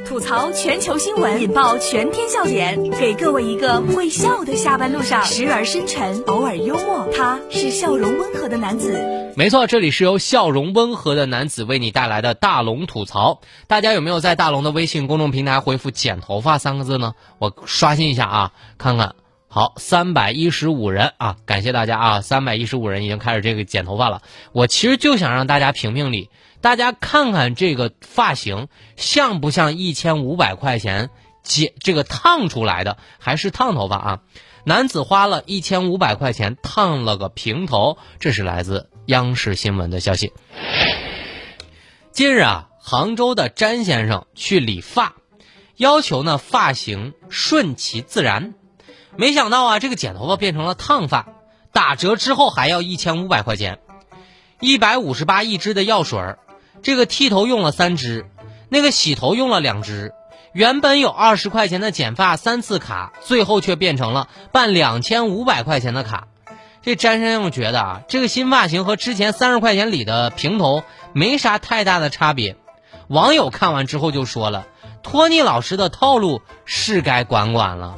吐槽全球新闻，引爆全天笑点，给各位一个会笑的下班路上，时而深沉，偶尔幽默，他是笑容温和的男子。 没错，这里是由笑容温和的男子为你带来的大龙吐槽。大家有没有在大龙的微信公众平台回复剪头发3个字呢？我刷新一下啊，看看。好，315人啊，感谢大家啊，315人已经开始这个剪头发了。我其实就想让大家评评理，大家看看这个发型像不像1500块钱这个烫出来的，还是烫头发啊？男子花了1500块钱烫了个平头，这是来自央视新闻的消息。近日啊，杭州的詹先生去理发，要求呢发型顺其自然。没想到啊，这个剪头发变成了烫发，打折之后还要1500块钱，158一支的药水，这个剃头用了3支，那个洗头用了2支，原本有20块钱的剪发3次卡，最后却变成了办2500块钱的卡。这詹先生觉得啊，这个新发型和之前30块钱理的平头没啥太大的差别。网友看完之后就说了，托尼老师的套路是该管管了。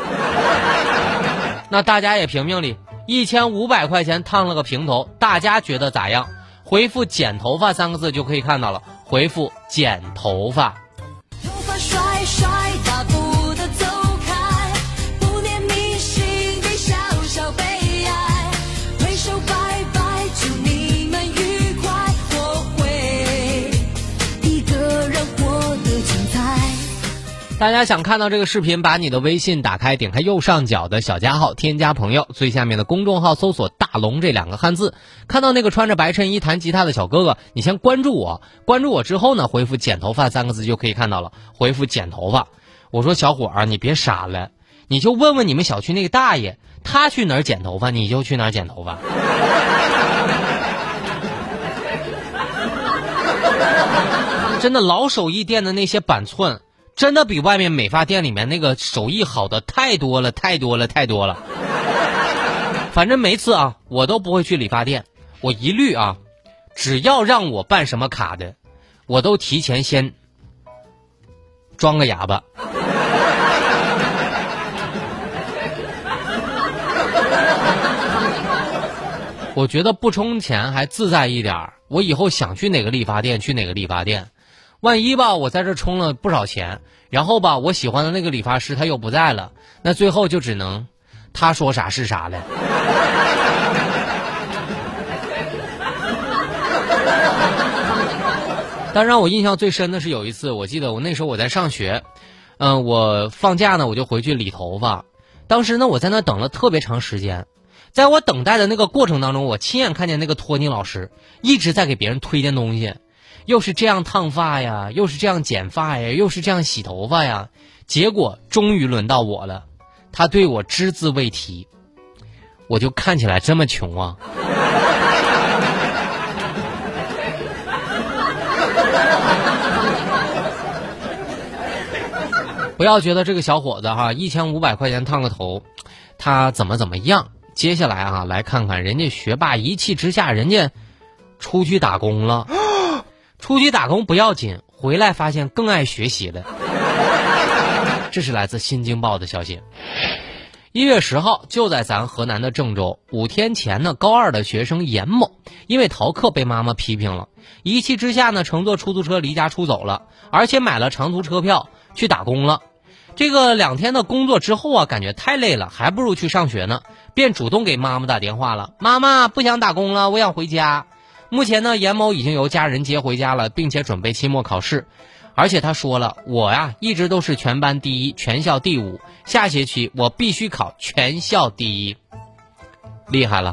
那大家也评评理，1500块钱烫了个平头，大家觉得咋样？回复剪头发3个字就可以看到了，回复剪头发。 头发甩甩大步的走开，不念迷信的小小悲哀，挥手拜拜祝你们愉快，我会一个人活得精彩。 大家想看到这个视频，把你的微信打开，点开右上角的小加号，添加朋友，最下面的公众号搜索大龙这2个汉字，看到那个穿着白衬衣弹吉他的小哥哥，你先关注我，关注我之后呢，回复剪头发3个字就可以看到了，回复剪头发。我说小伙儿，你别傻了，你就问问你们小区那个大爷，他去哪儿剪头发你就去哪儿剪头发。真的，老手艺店的那些板寸真的比外面美发店里面那个手艺好的太多了。反正每次啊，我都不会去理发店，我一律啊，只要让我办什么卡的，我都提前先装个哑巴。我觉得不充钱还自在一点，我以后想去哪个理发店去哪个理发店。万一吧，我在这充了不少钱，然后吧，我喜欢的那个理发师他又不在了，那最后就只能他说啥是啥了。但让我印象最深的是有一次，我记得我那时候我在上学，我放假呢我就回去理头发，当时呢我在那等了特别长时间，在我等待的那个过程当中，我亲眼看见那个托尼老师一直在给别人推荐东西。又是这样烫发呀，又是这样剪发呀，又是这样洗头发呀，结果终于轮到我了，他对我只字未提，我就看起来这么穷啊。不要觉得这个小伙子哈，1500块钱烫个头，他怎么样？接下来啊，来看看人家学霸一气之下，人家出去打工了。出去打工不要紧，回来发现更爱学习了。这是来自新京报的消息。1月10号，就在咱河南的郑州，5天前呢，高2的学生严某因为逃课被妈妈批评了，一气之下呢，乘坐出租车离家出走了，而且买了长途车票去打工了。这个2天的工作之后啊，感觉太累了，还不如去上学呢，便主动给妈妈打电话了。妈妈，不想打工了，我想回家。目前呢，严某已经由家人接回家了，并且准备期末考试。而且他说了，我呀一直都是全班第1，全校第5，下学期我必须考全校第1。厉害了。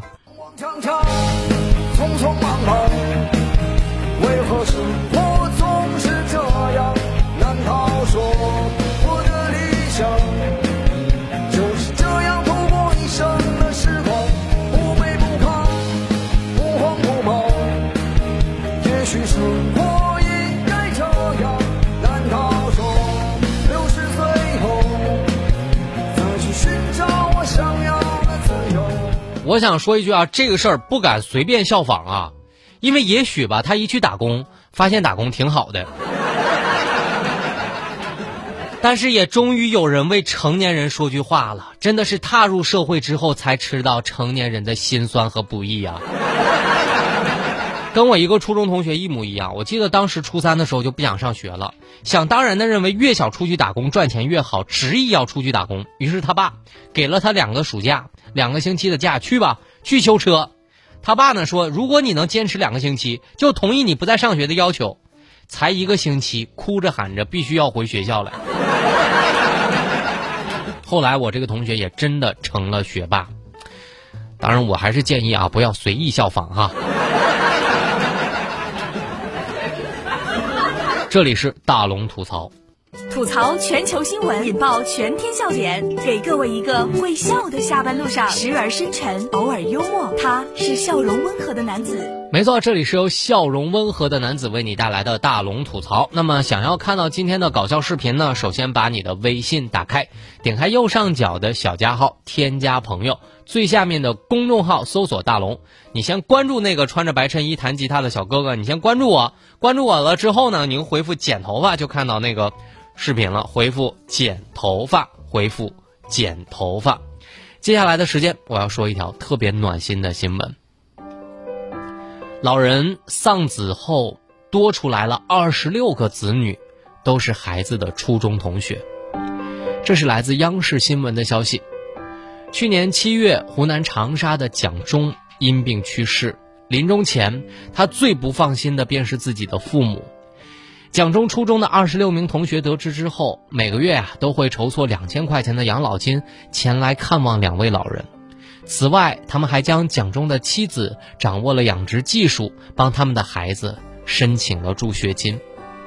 匆匆忙忙，为何生活总是这样？难道说我的理想就是这样度过一生的时光，不卑不亢，不慌不忙？也许生活应该这样，难道说60岁后再去寻找我想要的自由？我想说一句啊，这个事儿不敢随便效仿啊，因为也许吧，他一去打工，发现打工挺好的。 但是也终于有人为成年人说句话了，真的是踏入社会之后才知道成年人的辛酸和不易啊。跟我一个初中同学一模一样，我记得当时初3的时候就不想上学了，想当然的认为越小出去打工赚钱越好，执意要出去打工。于是他爸给了他2个暑假，2个星期的假，去吧，去修车。他爸呢说，如果你能坚持2个星期，就同意你不再上学的要求。才1个星期，哭着喊着必须要回学校来。后来我这个同学也真的成了学霸，当然我还是建议啊，不要随意效仿哈。这里是大龙吐槽， 吐槽全球新闻，引爆全天笑点，给各位一个会笑的下班路上，时而深沉，偶尔幽默。他是笑容温和的男子。 没错，这里是由笑容温和的男子为你带来的大龙吐槽。那么想要看到今天的搞笑视频呢，首先把你的微信打开，点开右上角的小加号，添加朋友，最下面的公众号搜索大龙。你先关注那个穿着白衬衣弹吉他的小哥哥，你先关注我，关注我了之后呢，您回复剪头发就看到那个视频了，回复剪头发，回复剪头发。接下来的时间我要说一条特别暖心的新闻。老人丧子后多出来了26个子女，都是孩子的初中同学。这是来自央视新闻的消息。去年7月，湖南长沙的蒋忠因病去世，临终前他最不放心的便是自己的父母。蒋忠初中的26名同学得知之后，每个月都会筹措2000块钱的养老金前来看望2位老人。此外，他们还将蒋忠的妻子掌握了养殖技术，帮他们的孩子申请了助学金。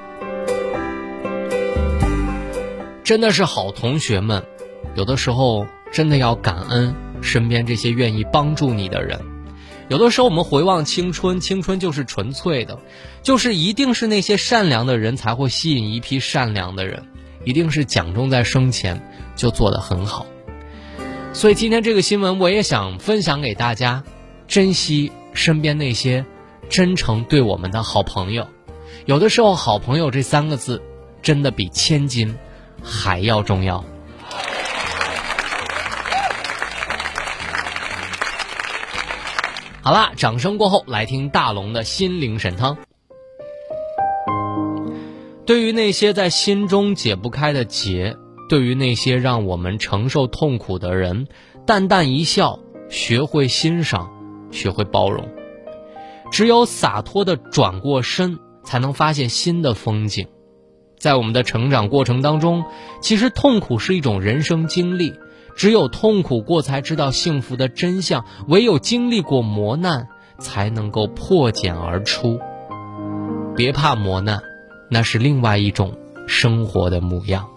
真的是好同学们，有的时候真的要感恩身边这些愿意帮助你的人。有的时候我们回望青春，青春就是纯粹的，就是一定是那些善良的人才会吸引一批善良的人，一定是蒋忠在生前就做得很好。所以今天这个新闻我也想分享给大家，珍惜身边那些真诚对我们的好朋友。有的时候好朋友这3个字真的比千金还要重要。好啦，掌声过后来听大龙的心灵神汤。对于那些在心中解不开的结，对于那些让我们承受痛苦的人，淡淡一笑，学会欣赏，学会包容。只有洒脱地转过身，才能发现新的风景。在我们的成长过程当中，其实痛苦是一种人生经历，只有痛苦过才知道幸福的真相，唯有经历过磨难，才能够破茧而出。别怕磨难，那是另外一种生活的模样。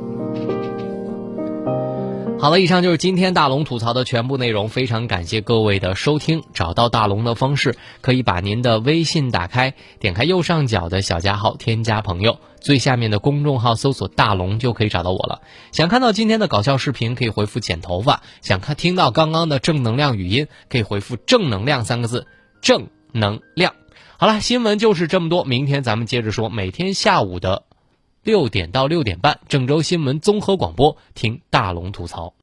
好了，以上就是今天大龙吐槽的全部内容，非常感谢各位的收听。找到大龙的方式，可以把您的微信打开，点开右上角的小加号，添加朋友，最下面的公众号搜索大龙就可以找到我了。想看到今天的搞笑视频，可以回复剪头发；想听到刚刚的正能量语音，可以回复正能量3个字，正能量。好了，新闻就是这么多，明天咱们接着说。每天下午的6点到6点半，郑州新闻综合广播，听大龙吐槽。